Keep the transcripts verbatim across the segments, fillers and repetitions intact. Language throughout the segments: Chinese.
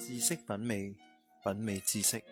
知識品味，品味知識。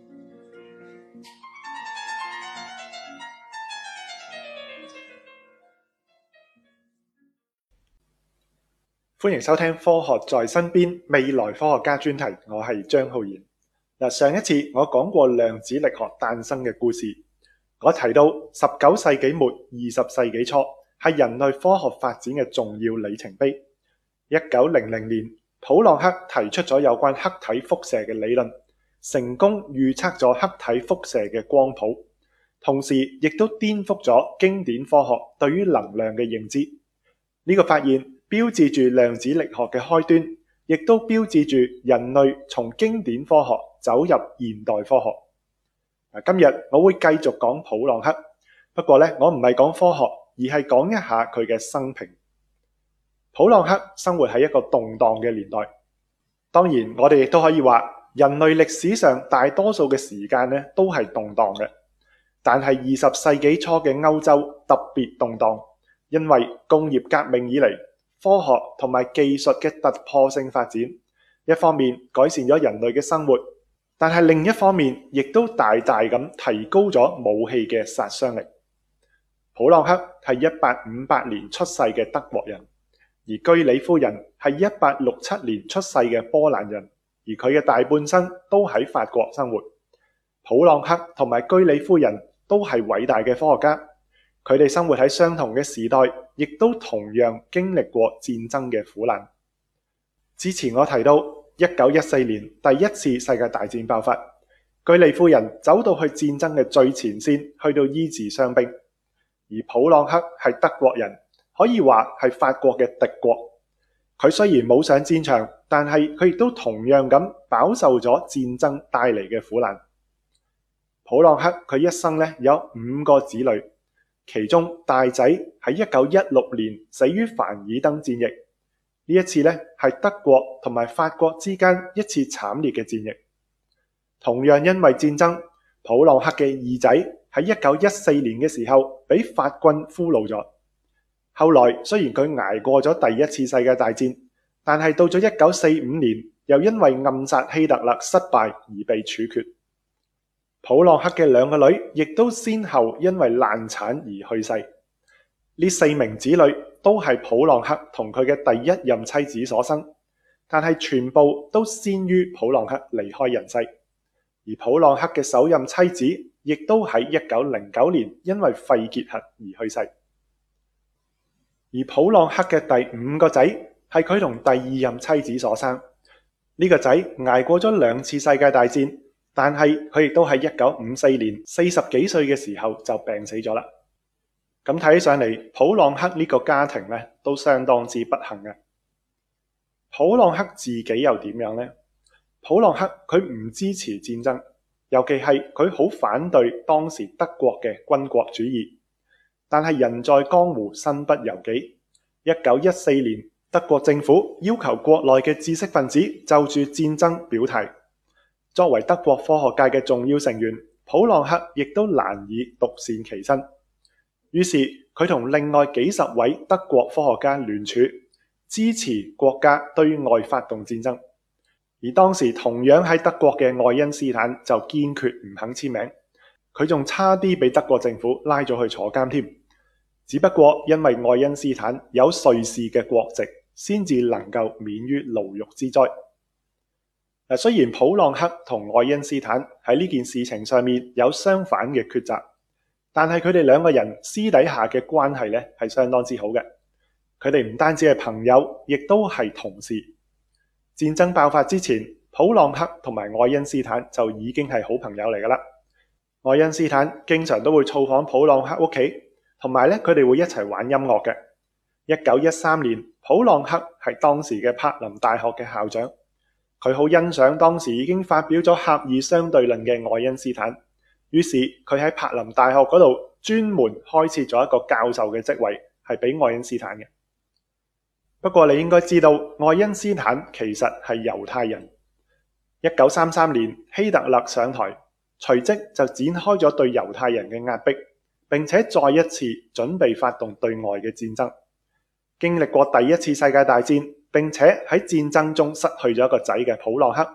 歡迎收聽科學在身邊未來科學家專題，我係張浩然。上一次我講過量子力學誕生嘅故事，我提到十九世紀末二十世紀初係人類科學發展嘅重要里程碑。一九零零年，普朗克提出咗有關黑體輻射嘅理論，成功預測咗黑體輻射嘅光譜，同時亦都顛覆咗經典科學對於能量嘅認知。呢個發現標誌住量子力學嘅開端，亦都標誌住人類從經典科學走入現代科學。今日我會繼續講普朗克，不過咧，我唔係講科學，而係講一下佢嘅生平。普朗克生活喺一個動盪嘅年代，當然我哋亦都可以話，人類歷史上大多數嘅時間咧都係動盪嘅，但係二十世紀初嘅歐洲特別動盪，因為工業革命以嚟，科學同埋技術嘅突破性發展，一方面改善咗人類嘅生活，但係另一方面亦都大大咁提高咗武器嘅殺傷力。普朗克係一八五八年出世嘅德國人，而居里夫人係一八六七年出世嘅波蘭人，而佢嘅大半生都喺法國生活。普朗克同埋居里夫人都係偉大嘅科學家，佢哋生活喺相同嘅時代，亦都同樣經歷過戰爭嘅苦難。之前我提到一九一四年第一次世界大戰爆發，居里夫人走到去戰爭嘅最前線，去到醫治傷兵，而普朗克係德國人，可以話係法國嘅敵國。佢雖然冇上戰場，但係佢亦都同樣咁飽受咗戰爭帶嚟嘅苦難。普朗克佢一生咧有五個子女，其中大仔喺一九一六年死於凡爾登戰役，呢一次咧係德國同埋法國之間一次慘烈嘅戰役。同樣因為戰爭，普朗克嘅二仔喺一九一四年嘅時候俾法軍俘虜咗。後來雖然佢捱過咗第一次世界大戰，但係到咗一九四五年，又因為暗殺希特勒失敗而被處決。普朗克嘅兩個女亦都先後因為難產而去世。呢四名子女都係普朗克同佢嘅第一任妻子所生，但係全部都先於普朗克離開人世。而普朗克嘅首任妻子亦都喺一九零九年因為肺結核而去世。而普朗克嘅第五個仔係佢同第二任妻子所生。呢個仔捱過咗兩次世界大戰，但係佢亦都喺一九五四年四十幾歲嘅時候就病死咗啦。咁睇起上嚟，普朗克呢個家庭咧都相當之不幸嘅。普朗克自己又點樣呢？普朗克佢唔支持戰爭，尤其係佢好反對當時德國嘅軍國主義。但係人在江湖身不由己，一九一四年德國政府要求國內嘅知識分子就住戰爭表態。作為德國科學界嘅重要成員，普朗克亦都難以獨善其身。於是佢同另外幾十位德國科學家聯署，支持國家對外發動戰爭。而當時同樣喺德國嘅愛因斯坦就堅決唔肯簽名，佢仲差啲被德國政府拉咗去坐監添。只不過因為愛因斯坦有瑞士嘅國籍，先至能夠免於牢獄之災。雖然普朗克同愛因斯坦喺呢件事情上面有相反嘅抉擇，但係佢哋兩個人私底下嘅關係咧係相當之好嘅。佢哋唔單止係朋友，亦都係同事。戰爭爆發之前，普朗克同埋愛因斯坦就已經係好朋友嚟噶啦。愛因斯坦經常都會造訪普朗克屋企，同埋咧佢哋會一齊玩音樂嘅。一九一三年，普朗克係當時嘅柏林大學嘅校長，佢好欣賞當時已經發表咗狹義相對論嘅愛因斯坦，於是佢喺柏林大學嗰度專門開設咗一個教授嘅職位，係俾愛因斯坦嘅。不過你應該知道，愛因斯坦其實係猶太人。一九三三年，希特勒上台，隨即就展開咗對猶太人嘅壓迫，並且再一次準備發動對外嘅戰爭。經歷過第一次世界大戰，並且喺戰爭中失去咗一個仔嘅普朗克，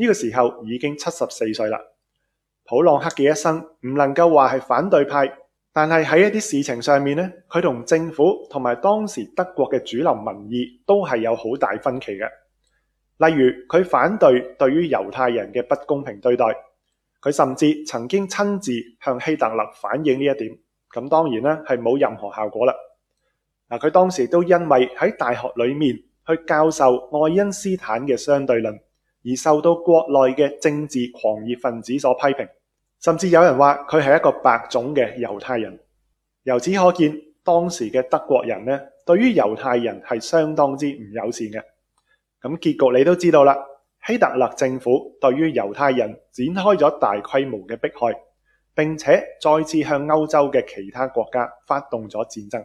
呢個時候已經七十四歲啦。普朗克嘅一生唔能夠話係反對派，但係喺一啲事情上面呢，佢同政府同埋當時德國嘅主流民意都係有好大分歧嘅。例如佢反對對於猶太人嘅不公平對待，佢甚至曾經親自向希特勒反映呢一點，咁當然咧係冇任何效果啦。嗱，佢當時都因為喺大學裏面去教授愛因斯坦嘅相對論，而受到國內嘅政治狂熱分子所批評，甚至有人話佢係一個白種嘅猶太人。由此可見，當時嘅德國人咧，對於猶太人係相當之唔友善嘅。咁結局你都知道啦，希特勒政府對於猶太人展開咗大規模嘅迫害，並且再次向歐洲嘅其他國家發動咗戰爭。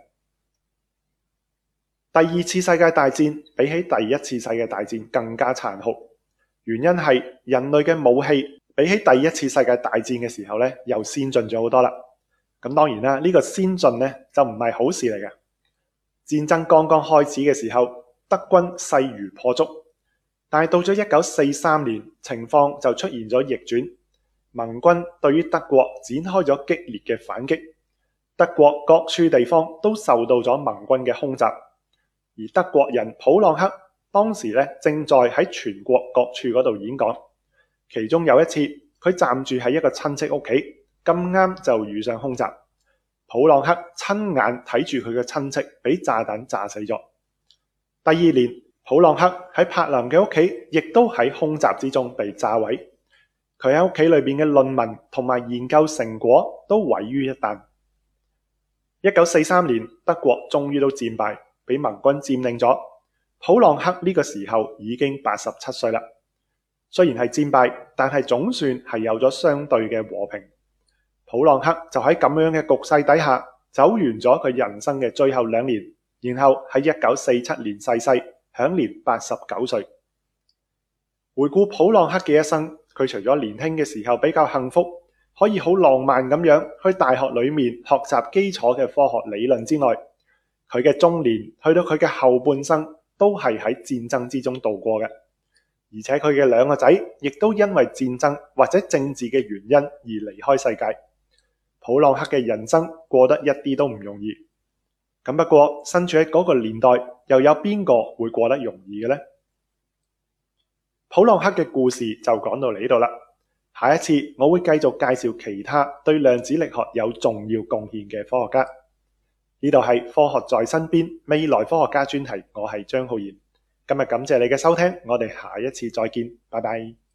第二次世界大戰比起第一次世界大戰更加殘酷，原因係人類嘅武器比起第一次世界大戰嘅時候咧，又先進咗好多啦。咁當然啦，呢個先進咧就唔係好事嚟嘅。戰爭剛剛開始嘅時候，德軍勢如破竹，但係到咗一九四三年，情況就出現咗逆轉。盟軍對於德國展開咗激烈嘅反擊，德國各處地方都受到咗盟軍嘅空襲，而德國人普朗克當時咧正在喺全國各處嗰度演講，其中有一次佢暫住喺一個親戚屋企，咁啱就遇上空襲，普朗克親眼睇住佢嘅親戚俾炸彈炸死咗。第二年，普朗克喺柏林嘅屋企亦都喺空襲之中被炸毀，佢喺屋企裏邊嘅論文同埋研究成果都毀於一旦。一九四三年，德國終於都戰敗，俾盟軍佔領咗。普朗克呢個時候已經八十七歲啦。雖然係戰敗，但係總算係有咗相對嘅和平。普朗克就喺咁樣嘅局勢底下，走完咗佢人生嘅最後兩年。然後喺一九四七年逝世，享年八十九歲。回顧普朗克嘅一生，佢除咗年輕嘅時候比較幸福，可以好浪漫咁樣去大學裏面學習基礎嘅科學理論之外，佢嘅中年去到佢嘅後半生都係喺戰爭之中度過嘅，而且佢嘅兩個仔亦都因為戰爭或者政治嘅原因而離開世界。普朗克嘅人生過得一啲都唔容易。咁不過身處喺嗰個年代，又有邊個會過得容易嘅呢？普朗克嘅故事就講到嚟呢度啦。下一次我會繼續介紹其他對量子力學有重要貢獻嘅科學家。呢度係科學在身邊未來科學家專題，我係張浩然。今日感謝你嘅收聽，我哋下一次再見，拜拜。